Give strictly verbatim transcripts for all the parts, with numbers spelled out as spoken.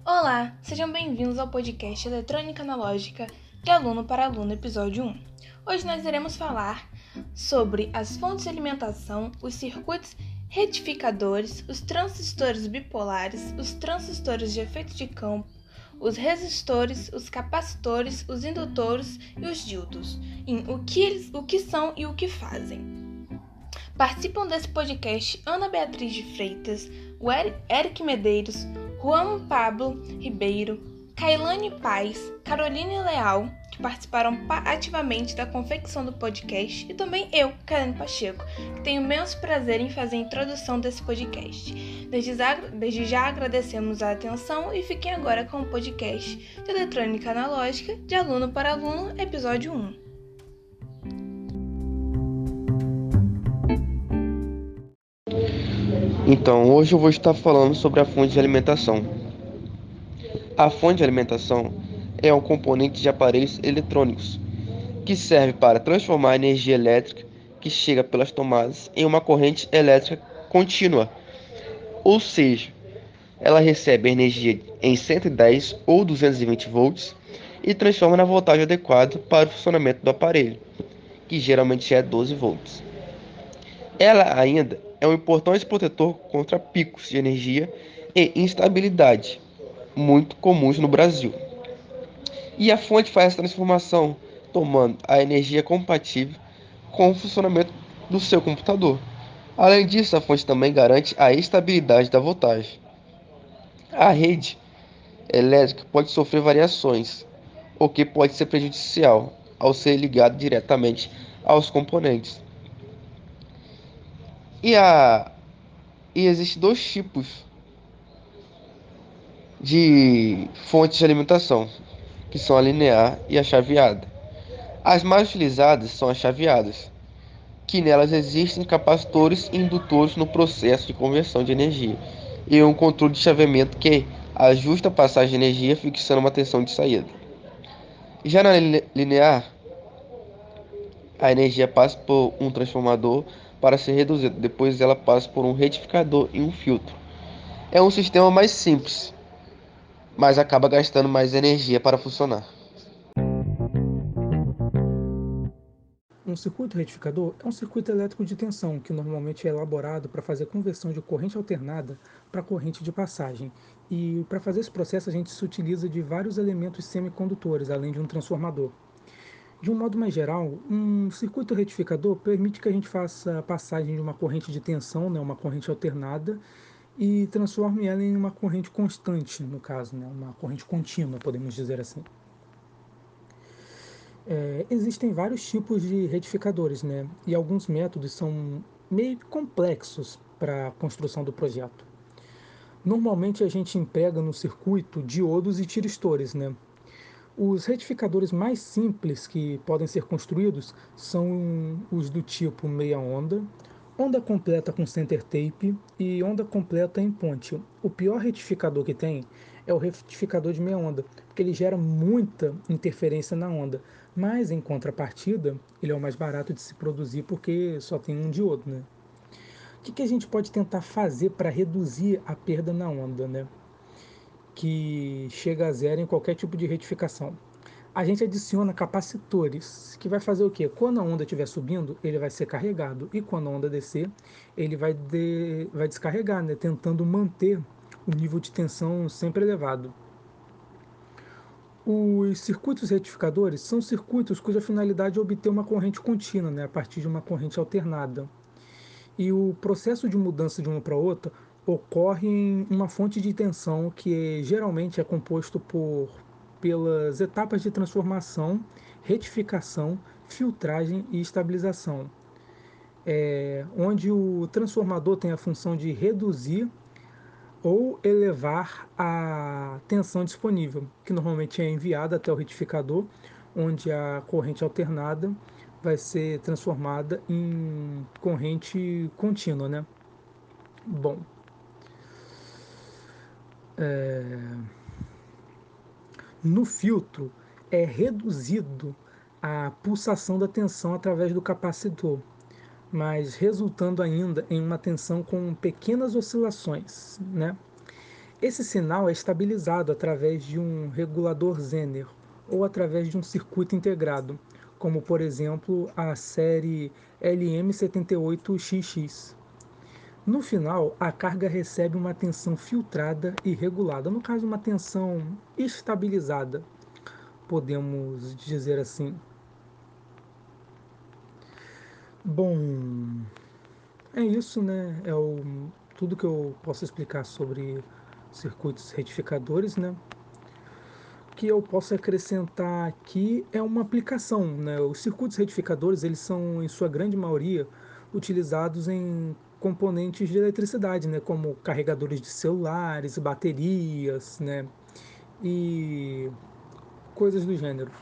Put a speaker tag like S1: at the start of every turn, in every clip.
S1: Olá, sejam bem-vindos ao podcast Eletrônica Analógica de Aluno para Aluno, episódio um. Hoje nós iremos falar sobre as fontes de alimentação, os circuitos retificadores, os transistores bipolares, os transistores de efeito de campo, os resistores, os capacitores, os indutores e os diodos, em o que, eles, o que são e o que fazem. Participam desse podcast Ana Beatriz de Freitas, o Eric Medeiros, Juan Pablo Ribeiro, Kailane Paz, Caroline Leal, que participaram ativamente da confecção do podcast, e também eu, Kailane Pacheco, que tenho imenso prazer em fazer a introdução desse podcast. Desde já, desde já agradecemos a atenção e fiquem agora com o podcast de Eletrônica Analógica de Aluno para Aluno, episódio um.
S2: Então, hoje eu vou estar falando sobre a fonte de alimentação. A fonte de alimentação é um componente de aparelhos eletrônicos que serve para transformar a energia elétrica que chega pelas tomadas em uma corrente elétrica contínua, ou seja, ela recebe a energia em cento e dez ou duzentos e vinte volts e transforma na voltagem adequada para o funcionamento do aparelho, que geralmente é doze volts. Ela ainda é um importante protetor contra picos de energia e instabilidade, muito comuns no Brasil. E a fonte faz essa transformação, tomando a energia compatível com o funcionamento do seu computador. Além disso, a fonte também garante a estabilidade da voltagem. A rede elétrica pode sofrer variações, o que pode ser prejudicial ao ser ligado diretamente aos componentes. E, a... e existem dois tipos de fontes de alimentação, que são a linear e a chaveada. As mais utilizadas são as chaveadas, que nelas existem capacitores e indutores no processo de conversão de energia, e um controle de chaveamento que ajusta a passagem de energia fixando uma tensão de saída. Já na linear, a energia passa por um transformador para ser reduzida, depois ela passa por um retificador e um filtro. É um sistema mais simples, mas acaba gastando mais energia para funcionar.
S3: Um circuito retificador é um circuito elétrico de tensão que normalmente é elaborado para fazer conversão de corrente alternada para corrente de passagem. E para fazer esse processo a gente se utiliza de vários elementos semicondutores, além de um transformador. De um modo mais geral, um circuito retificador permite que a gente faça a passagem de uma corrente de tensão, né, uma corrente alternada, e transforme ela em uma corrente constante, no caso, né, uma corrente contínua, podemos dizer assim. É, existem vários tipos de retificadores, né? E alguns métodos são meio complexos para a construção do projeto. Normalmente a gente emprega no circuito diodos e tiristores, né? Os retificadores mais simples que podem ser construídos são os do tipo meia onda, onda completa com center tape e onda completa em ponte. O pior retificador que tem é o retificador de meia onda, porque ele gera muita interferência na onda, mas em contrapartida ele é o mais barato de se produzir porque só tem um diodo, né? O que, que a gente pode tentar fazer para reduzir a perda na onda, né? Que chega a zero em qualquer tipo de retificação? A gente adiciona capacitores, que vai fazer o quê? Quando a onda estiver subindo, ele vai ser carregado, e quando a onda descer, ele vai, de, vai descarregar, né? Tentando manter o nível de tensão sempre elevado. Os circuitos retificadores são circuitos cuja finalidade é obter uma corrente contínua, né? A partir de uma corrente alternada. E o processo de mudança de uma para outra ocorre em uma fonte de tensão que geralmente é composto por pelas etapas de transformação, retificação, filtragem e estabilização, é, onde o transformador tem a função de reduzir ou elevar a tensão disponível, que normalmente é enviada até o retificador, onde a corrente alternada vai ser transformada em corrente contínua, né? Bom, é... no filtro é reduzido a pulsação da tensão através do capacitor, mas resultando ainda em uma tensão com pequenas oscilações, né? Esse sinal é estabilizado através de um regulador Zener ou através de um circuito integrado, como por exemplo a série L M setenta e oito X X. No final, a carga recebe uma tensão filtrada e regulada, no caso, uma tensão estabilizada, podemos dizer assim. Bom, é isso, né? É o, tudo que eu posso explicar sobre circuitos retificadores, né? O que eu posso acrescentar aqui é uma aplicação, né? Os circuitos retificadores, eles são, em sua grande maioria, utilizados em componentes de eletricidade, né? Como carregadores de celulares, baterias, né? E coisas do gênero.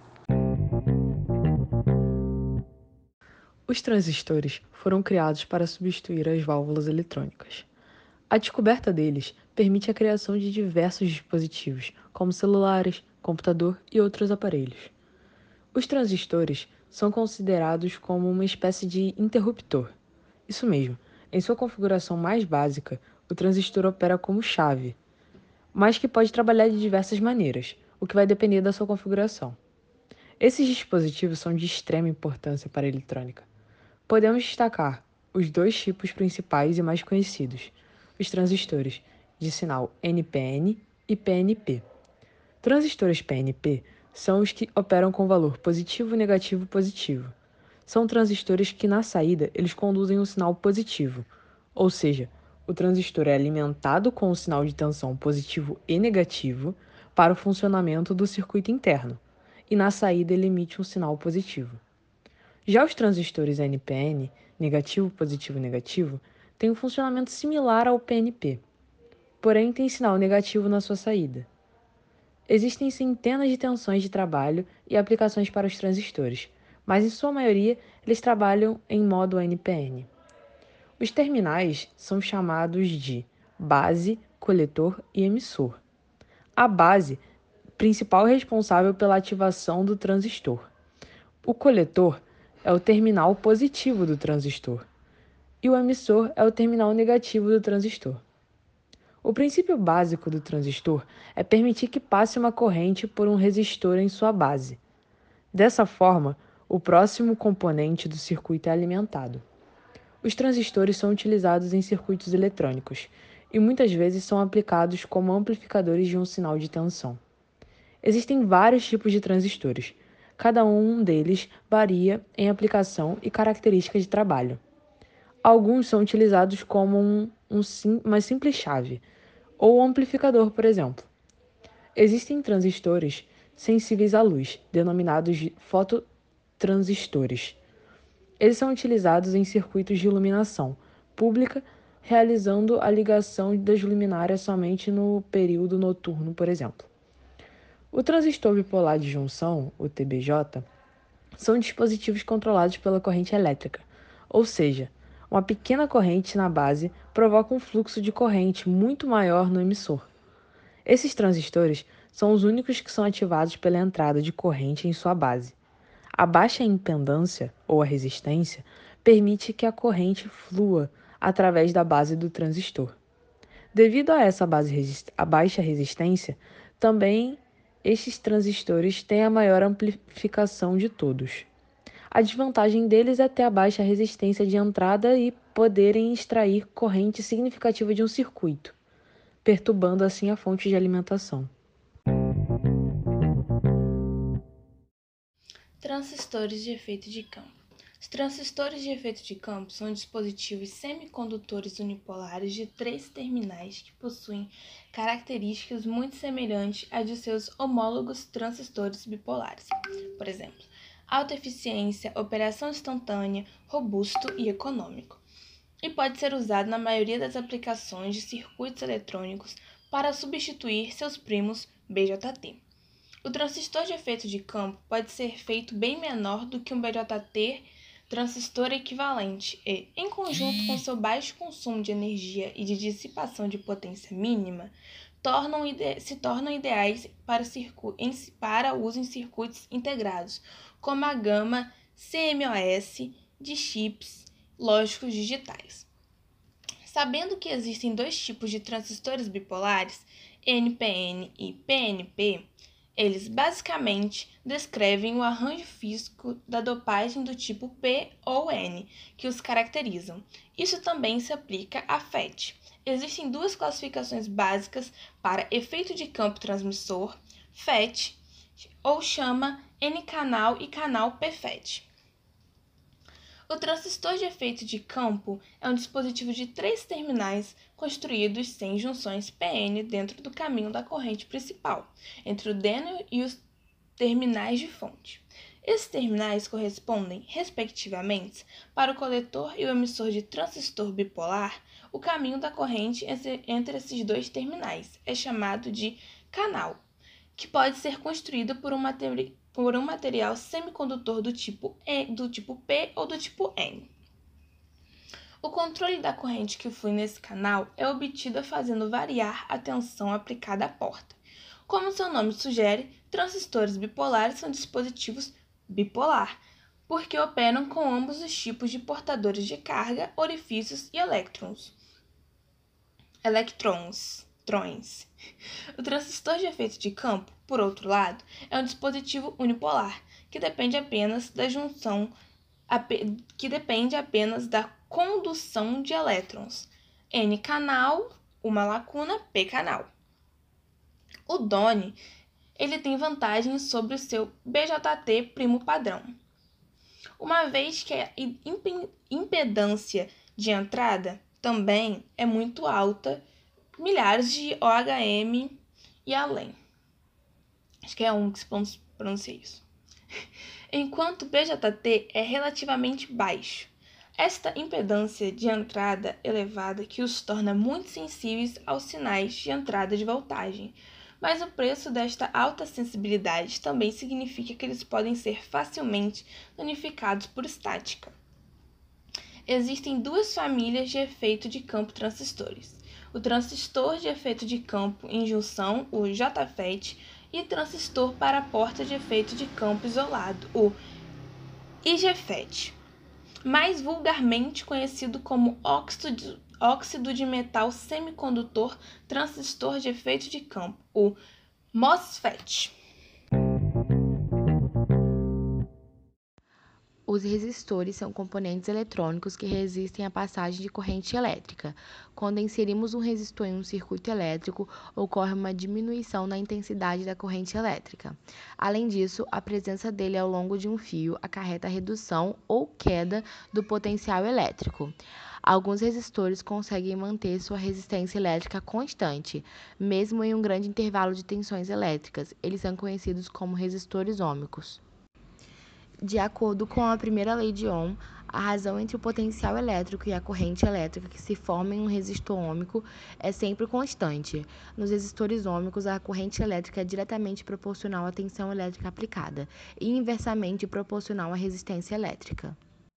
S4: Os transistores foram criados para substituir as válvulas eletrônicas. A descoberta deles permite a criação de diversos dispositivos, como celulares, computador e outros aparelhos. Os transistores são considerados como uma espécie de interruptor. Isso mesmo, em sua configuração mais básica, o transistor opera como chave, mas que pode trabalhar de diversas maneiras, o que vai depender da sua configuração. Esses dispositivos são de extrema importância para a eletrônica. Podemos destacar os dois tipos principais e mais conhecidos, os transistores de sinal N P N e P N P. Transistores P N P são os que operam com valor positivo, negativo, positivo. São transistores que, na saída, eles conduzem um sinal positivo, ou seja, o transistor é alimentado com o sinal de tensão positivo e negativo para o funcionamento do circuito interno, e na saída ele emite um sinal positivo. Já os transistores N P N, negativo, positivo e negativo, têm um funcionamento similar ao P N P, porém tem sinal negativo na sua saída. Existem centenas de tensões de trabalho e aplicações para os transistores, mas em sua maioria eles trabalham em modo N P N. Os terminais são chamados de base, coletor e emissor. A base, principal responsável pela ativação do transistor. O coletor é o terminal positivo do transistor, e o emissor é o terminal negativo do transistor. O princípio básico do transistor é permitir que passe uma corrente por um resistor em sua base. Dessa forma, o próximo componente do circuito é alimentado. Os transistores são utilizados em circuitos eletrônicos e muitas vezes são aplicados como amplificadores de um sinal de tensão. Existem vários tipos de transistores. Cada um deles varia em aplicação e características de trabalho. Alguns são utilizados como um, um sim, uma simples chave, ou amplificador, por exemplo. Existem transistores sensíveis à luz, denominados de fototransistores. Eles são utilizados em circuitos de iluminação pública, realizando a ligação das luminárias somente no período noturno, por exemplo. O transistor bipolar de junção, o T B J, são dispositivos controlados pela corrente elétrica, ou seja, uma pequena corrente na base provoca um fluxo de corrente muito maior no emissor. Esses transistores são os únicos que são ativados pela entrada de corrente em sua base. A baixa impedância, ou a resistência, permite que a corrente flua através da base do transistor. Devido a essa base resist- a baixa resistência, também estes transistores têm a maior amplificação de todos. A desvantagem deles é ter a baixa resistência de entrada e poderem extrair corrente significativa de um circuito, perturbando assim a fonte de alimentação.
S1: Transistores de efeito de campo. Os transistores de efeito de campo são dispositivos semicondutores unipolares de três terminais que possuem características muito semelhantes às de seus homólogos transistores bipolares. Por exemplo, alta eficiência, operação instantânea, robusto e econômico. E pode ser usado na maioria das aplicações de circuitos eletrônicos para substituir seus primos B J T. O transistor de efeito de campo pode ser feito bem menor do que um B J T transistor equivalente e, em conjunto com seu baixo consumo de energia e de dissipação de potência mínima, tornam ide- se tornam ideais para, circu- em, para uso em circuitos integrados, como a gama C M O S de chips lógicos digitais. Sabendo que existem dois tipos de transistores bipolares, N P N e P N P, eles basicamente descrevem o arranjo físico da dopagem do tipo P ou N que os caracterizam. Isso também se aplica a F E T. Existem duas classificações básicas para efeito de campo transmissor, F E T, ou chama N-canal e canal P F E T. O transistor de efeito de campo é um dispositivo de três terminais construídos sem junções P N dentro do caminho da corrente principal, entre o dreno e os terminais de fonte. Esses terminais correspondem, respectivamente, para o coletor e o emissor de transistor bipolar. O caminho da corrente entre esses dois terminais é chamado de canal, que pode ser construído por um material por um material semicondutor do tipo, e, do tipo P ou do tipo N. O controle da corrente que flui nesse canal é obtido fazendo variar a tensão aplicada à porta. Como seu nome sugere, transistores bipolares são dispositivos bipolar, porque operam com ambos os tipos de portadores de carga, orifícios e elétrons. Elétrons. Trões. O transistor de efeito de campo, por outro lado, é um dispositivo unipolar, que depende apenas da junção, que depende apenas da condução de elétrons. N-canal, uma lacuna, P-canal. O D O N, ele tem vantagens sobre o seu B J T primo padrão, uma vez que a impedância de entrada também é muito alta, milhares de O H M e além. Acho que é um que se pronuncia isso. Enquanto o B J T é relativamente baixo. Esta impedância de entrada elevada que os torna muito sensíveis aos sinais de entrada de voltagem. Mas o preço desta alta sensibilidade também significa que eles podem ser facilmente danificados por estática. Existem duas famílias de efeito de campo transistores. O transistor de efeito de campo em junção, o J F E T, e transistor para porta de efeito de campo isolado, o I G F E T, mais vulgarmente conhecido como óxido, óxido de metal semicondutor transistor de efeito de campo, o MOSFET.
S5: Os resistores são componentes eletrônicos que resistem à passagem de corrente elétrica. Quando inserimos um resistor em um circuito elétrico, ocorre uma diminuição na intensidade da corrente elétrica. Além disso, a presença dele ao longo de um fio acarreta a redução ou queda do potencial elétrico. Alguns resistores conseguem manter sua resistência elétrica constante, mesmo em um grande intervalo de tensões elétricas. Eles são conhecidos como resistores ôhmicos. De acordo com a primeira lei de Ohm, a razão entre o potencial elétrico e a corrente elétrica que se forma em um resistor ôhmico é sempre constante. Nos resistores ôhmicos, a corrente elétrica é diretamente proporcional à tensão elétrica aplicada e inversamente proporcional à resistência elétrica.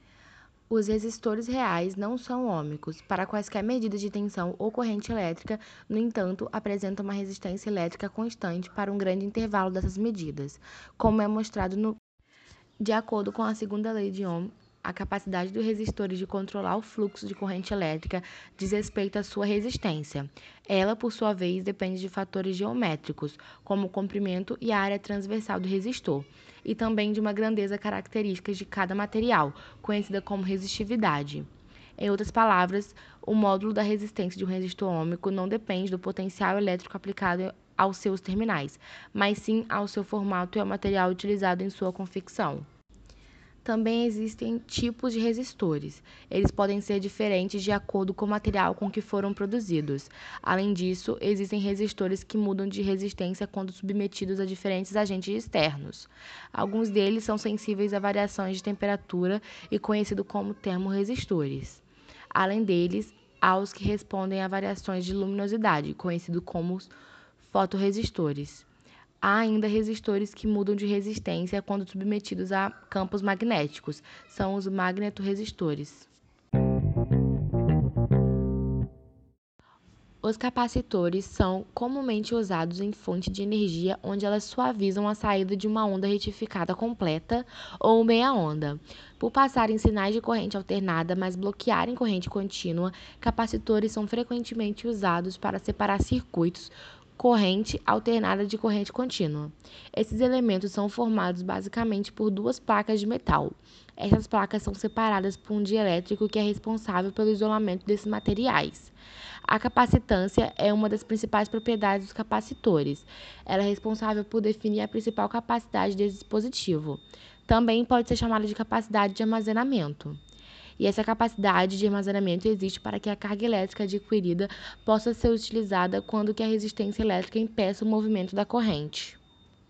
S5: Os resistores reais não são ôhmicos. Para quaisquer medidas de tensão ou corrente elétrica, no entanto, apresentam uma resistência elétrica constante para um grande intervalo dessas medidas, como é mostrado no De acordo com a segunda lei de Ohm, a capacidade dos resistores de controlar o fluxo de corrente elétrica diz respeito à sua resistência. Ela, por sua vez, depende de fatores geométricos, como o comprimento e a área transversal do resistor, e também de uma grandeza característica de cada material, conhecida como resistividade. Em outras palavras, o módulo da resistência de um resistor ôhmico não depende do potencial elétrico aplicado aos seus terminais, mas sim ao seu formato e ao material utilizado em sua confecção. Também existem tipos de resistores. Eles podem ser diferentes de acordo com o material com que foram produzidos. Além disso, existem resistores que mudam de resistência quando submetidos a diferentes agentes externos. Alguns deles são sensíveis a variações de temperatura e conhecidos como termorresistores. Além deles, há os que respondem a variações de luminosidade, conhecidos como os fotorresistores. Há ainda resistores que mudam de resistência quando submetidos a campos magnéticos. São os magnetoresistores. Os capacitores são comumente usados em fonte de energia onde elas suavizam a saída de uma onda retificada completa ou meia onda. Por passarem sinais de corrente alternada, mas bloquearem corrente contínua, capacitores são frequentemente usados para separar circuitos corrente alternada de corrente contínua. Esses elementos são formados basicamente por duas placas de metal. Essas placas são separadas por um dielétrico que é responsável pelo isolamento desses materiais. A capacitância é uma das principais propriedades dos capacitores. Ela é responsável por definir a principal capacidade desse dispositivo. Também pode ser chamada de capacidade de armazenamento. E essa capacidade de armazenamento existe para que a carga elétrica adquirida possa ser utilizada quando que a resistência elétrica impeça o movimento da corrente.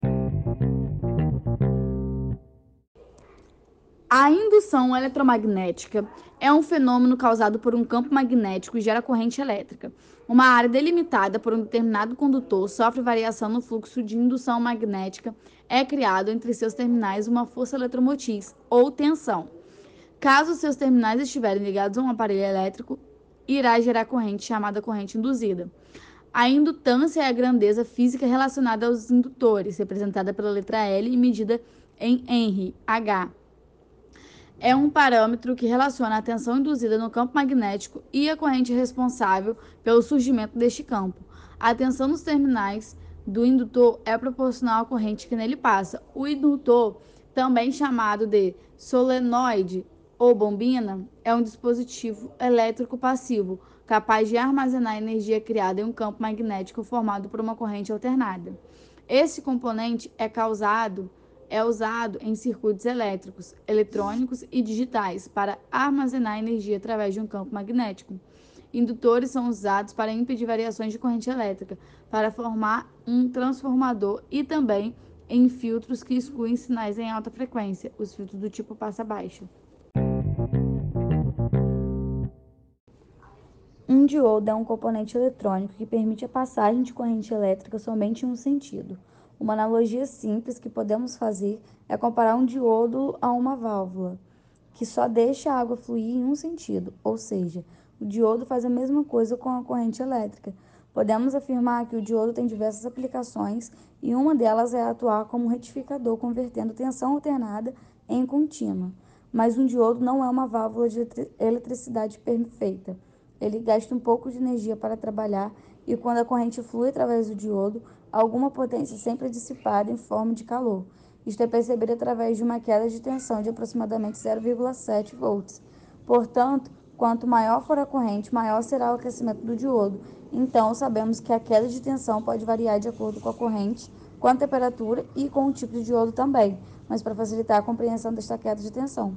S6: A indução eletromagnética é um fenômeno causado por um campo magnético e gera corrente elétrica. Uma área delimitada por um determinado condutor sofre variação no fluxo de indução magnética, é criado entre seus terminais uma força eletromotriz ou tensão. Caso seus terminais estiverem ligados a um aparelho elétrico, irá gerar corrente chamada corrente induzida. A indutância é a grandeza física relacionada aos indutores, representada pela letra L e medida em Henry, H. É um parâmetro que relaciona a tensão induzida no campo magnético e a corrente responsável pelo surgimento deste campo. A tensão nos terminais do indutor é proporcional à corrente que nele passa. O indutor, também chamado de solenoide ou bombina, é um dispositivo elétrico passivo, capaz de armazenar energia criada em um campo magnético formado por uma corrente alternada. Esse componente é causado é usado em circuitos elétricos, eletrônicos e digitais para armazenar energia através de um campo magnético. Indutores são usados para impedir variações de corrente elétrica, para formar um transformador e também em filtros que excluem sinais em alta frequência, os filtros do tipo passa-baixo. Um diodo é um componente eletrônico que permite a passagem de corrente elétrica somente em um sentido. Uma analogia simples que podemos fazer é comparar um diodo a uma válvula, que só deixa a água fluir em um sentido, ou seja, o diodo faz a mesma coisa com a corrente elétrica. Podemos afirmar que o diodo tem diversas aplicações e uma delas é atuar como um retificador, convertendo tensão alternada em contínua. Mas um diodo não é uma válvula de eletricidade perfeita. Ele gasta um pouco de energia para trabalhar e quando a corrente flui através do diodo, alguma potência sempre é dissipada em forma de calor. Isto é percebido através de uma queda de tensão de aproximadamente zero vírgula sete volts. Portanto, quanto maior for a corrente, maior será o aquecimento do diodo. Então, sabemos que a queda de tensão pode variar de acordo com a corrente, com a temperatura e com o tipo de diodo também, mas para facilitar a compreensão desta queda de tensão.